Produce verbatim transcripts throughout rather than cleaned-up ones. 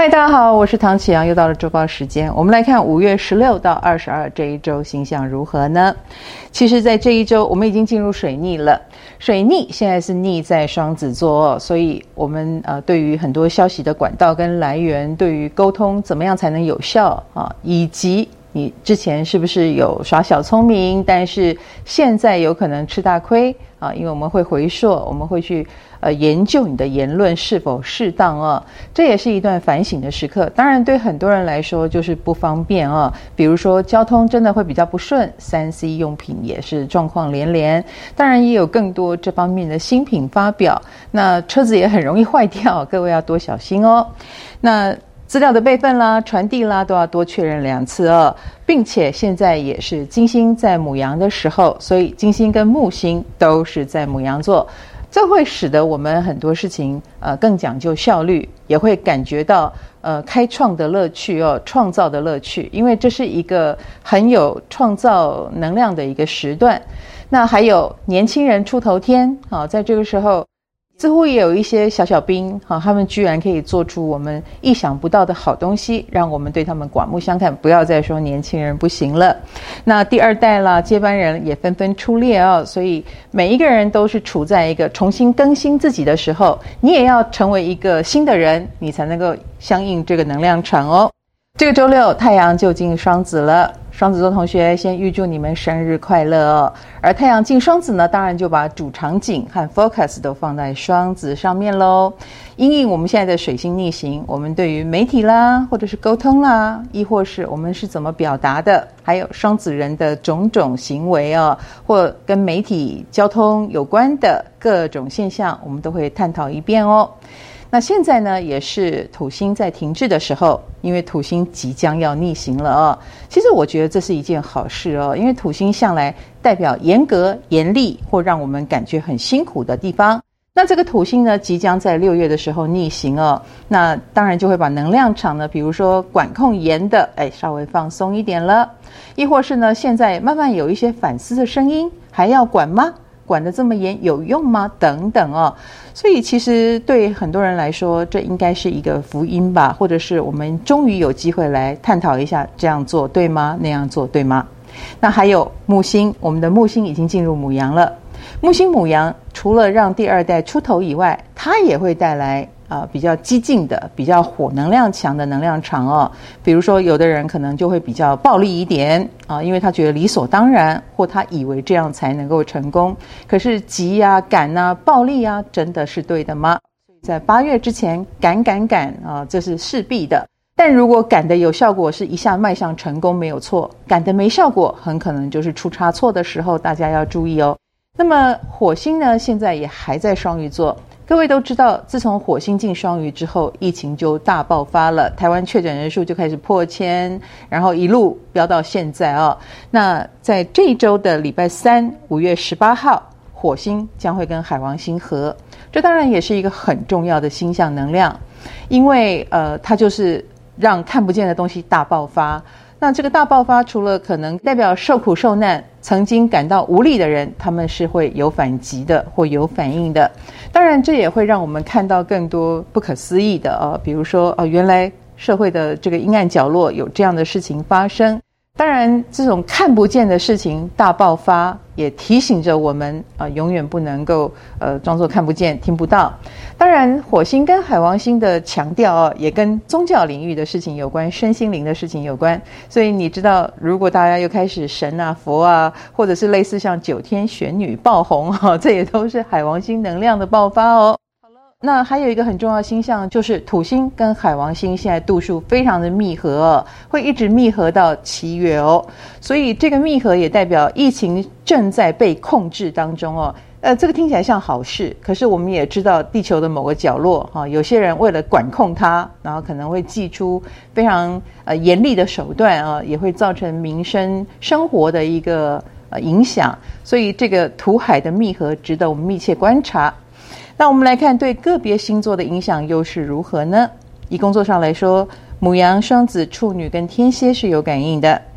嗨，大家好，我是唐启阳，又到了周报时间。我们来看五月十六到二十二这一周星象如何呢？其实在这一周我们已经进入水逆了，水逆现在是逆在双子座，所以我们呃对于很多消息的管道跟来源，对于沟通怎么样才能有效啊，以及你之前是不是有耍小聪明，但是现在有可能吃大亏啊？因为我们会回溯，我们会去呃研究你的言论是否适当啊，这也是一段反省的时刻。当然对很多人来说就是不方便啊，比如说交通真的会比较不顺， 三 C 用品也是状况连连，当然也有更多这方面的新品发表，那车子也很容易坏掉，各位要多小心哦。那资料的备份啦、传递啦，都要多确认两次哦，并且现在也是金星在牡羊的时候，所以金星跟木星都是在牡羊座，这会使得我们很多事情呃更讲究效率，也会感觉到呃开创的乐趣哦，创造的乐趣，因为这是一个很有创造能量的一个时段。那还有年轻人出头天啊，在这个时候似乎也有一些小小兵啊，他们居然可以做出我们意想不到的好东西，让我们对他们刮目相看，不要再说年轻人不行了。那第二代啦，接班人也纷纷出列哦，所以每一个人都是处在一个重新更新自己的时候，你也要成为一个新的人，你才能够相应这个能量场哦。这个周六太阳就进双子了，双子座同学先预祝你们生日快乐哦。而太阳进双子呢，当然就把主场景和 focus 都放在双子上面咯。因应我们现在的水星逆行，我们对于媒体啦，或者是沟通啦，亦或是我们是怎么表达的，还有双子人的种种行为哦，或跟媒体交通有关的各种现象，我们都会探讨一遍哦。那现在呢，也是土星在停滞的时候，因为土星即将要逆行了哦。其实我觉得这是一件好事哦，因为土星向来代表严格、严厉或让我们感觉很辛苦的地方。那这个土星呢，即将在六月的时候逆行哦，那当然就会把能量场呢，比如说管控严的，哎，稍微放松一点了，亦或是呢，现在慢慢有一些反思的声音，还要管吗？管得这么严有用吗？等等哦。所以其实对很多人来说，这应该是一个福音吧，或者是我们终于有机会来探讨一下，这样做对吗？那样做对吗？那还有木星，我们的木星已经进入牡羊了。木星牡羊除了让第二代出头以外，它也会带来呃比较激进的、比较火能量强的能量场哦。比如说有的人可能就会比较暴力一点啊、呃，因为他觉得理所当然，或他以为这样才能够成功。可是急啊、赶啊、暴力啊，真的是对的吗？在八月之前赶赶赶啊、呃，这是势必的。但如果赶的有效果，是一下迈向成功没有错，赶的没效果，很可能就是出差错的时候，大家要注意哦。那么火星呢，现在也还在双鱼座。各位都知道，自从火星进双鱼之后，疫情就大爆发了，台湾确诊人数就开始破千，然后一路飙到现在哦。那在这一周的礼拜三，五月十八号，火星将会跟海王星合，这当然也是一个很重要的星象能量，因为呃，它就是让看不见的东西大爆发。那这个大爆发除了可能代表受苦受难、曾经感到无力的人，他们是会有反击的或有反应的。当然这也会让我们看到更多不可思议的哦，比如说哦，原来社会的这个阴暗角落有这样的事情发生。当然这种看不见的事情大爆发，也提醒着我们啊、呃，永远不能够呃装作看不见听不到。当然火星跟海王星的强调哦，也跟宗教领域的事情有关，身心灵的事情有关。所以你知道，如果大家又开始神啊佛啊，或者是类似像九天玄女爆红哦，这也都是海王星能量的爆发哦。那还有一个很重要的星象，就是土星跟海王星现在度数非常的密合哦，会一直密合到七月哦。所以这个密合也代表疫情正在被控制当中哦。呃，这个听起来像好事，可是我们也知道地球的某个角落哈、哦，有些人为了管控它，然后可能会祭出非常呃严厉的手段啊，也会造成民生生活的一个呃影响。所以这个土海的密合值得我们密切观察。那我们来看对个别星座的影响又是如何呢？以工作上来说，牡羊、双子、处女跟天蝎是有感应的。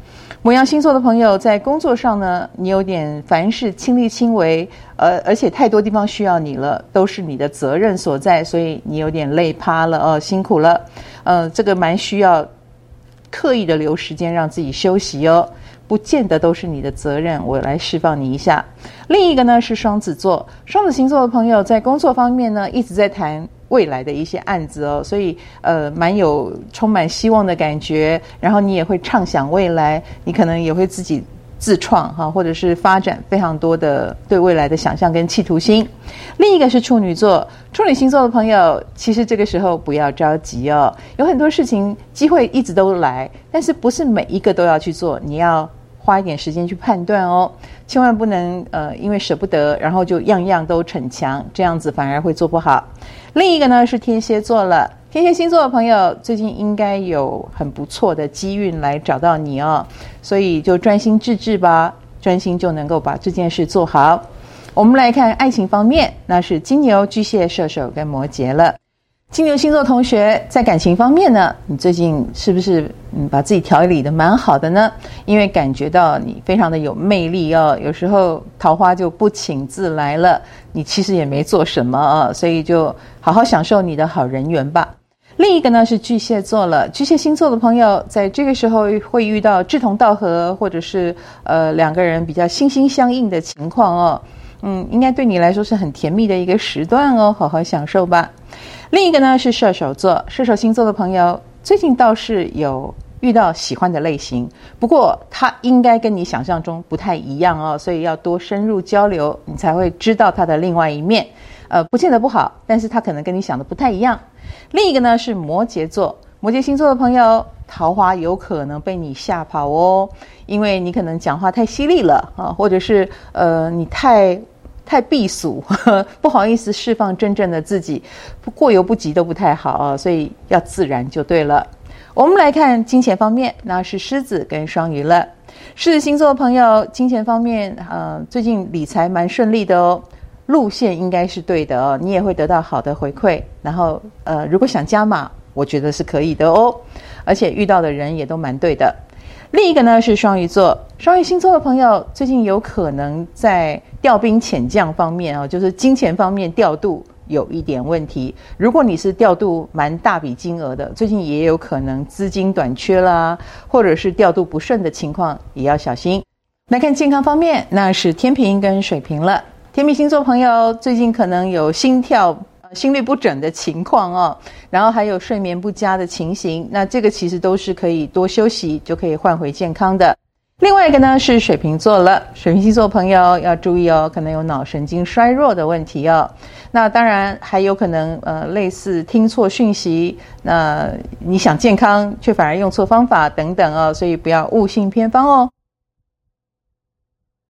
牡羊星座的朋友在工作上呢，你有点凡事亲力亲为，呃，而且太多地方需要你了，都是你的责任所在，所以你有点累趴了哦，辛苦了。呃，这个蛮需要刻意的留时间让自己休息哦，不见得都是你的责任，我来释放你一下。另一个呢是双子座，双子星座的朋友在工作方面呢一直在谈未来的一些案子哦，所以呃蛮有充满希望的感觉，然后你也会畅想未来，你可能也会自己自创哈，或者是发展非常多的对未来的想象跟企图心。另一个是处女座，处女星座的朋友其实这个时候不要着急哦，有很多事情机会一直都来，但是不是每一个都要去做，你要花一点时间去判断哦，千万不能呃因为舍不得然后就样样都逞强，这样子反而会做不好。另一个呢是天蝎座了，天蝎星座的朋友最近应该有很不错的机运来找到你哦，所以就专心致志吧，专心就能够把这件事做好。我们来看爱情方面，那是金牛、巨蟹、射手跟摩羯了。金牛星座同学在感情方面呢，你最近是不是嗯把自己调理的蛮好的呢？因为感觉到你非常的有魅力哦，有时候桃花就不请自来了，你其实也没做什么啊，所以就好好享受你的好人缘吧。另一个呢是巨蟹座了，巨蟹星座的朋友在这个时候会遇到志同道合，或者是呃两个人比较心心相印的情况哦，嗯，应该对你来说是很甜蜜的一个时段哦，好好享受吧。另一个呢是射手座，射手星座的朋友最近倒是有遇到喜欢的类型，不过他应该跟你想象中不太一样哦，所以要多深入交流，你才会知道他的另外一面。呃，不见得不好，但是他可能跟你想的不太一样。另一个呢是摩羯座，摩羯星座的朋友桃花有可能被你吓跑哦，因为你可能讲话太犀利了啊，或者是呃你太太避俗，呵呵，不好意思释放真正的自己，过犹不及都不太好啊，所以要自然就对了。我们来看金钱方面，那是狮子跟双鱼了。狮子星座的朋友金钱方面呃最近理财蛮顺利的哦，路线应该是对的哦，你也会得到好的回馈，然后呃如果想加码我觉得是可以的哦，而且遇到的人也都蛮对的。另一个呢是双鱼座，双鱼星座的朋友最近有可能在调兵遣将方面哦，就是金钱方面调度有一点问题。如果你是调度蛮大笔金额的，最近也有可能资金短缺啦，或者是调度不顺的情况，也要小心。来看健康方面，那是天秤跟水瓶了。天秤星座朋友最近可能有心跳心律不整的情况哦，然后还有睡眠不佳的情形，那这个其实都是可以多休息就可以换回健康的。另外一个呢是水瓶座了，水瓶星座朋友要注意哦，可能有脑神经衰弱的问题哦。那当然还有可能呃类似听错讯息，那你想健康却反而用错方法等等哦，所以不要误信偏方哦。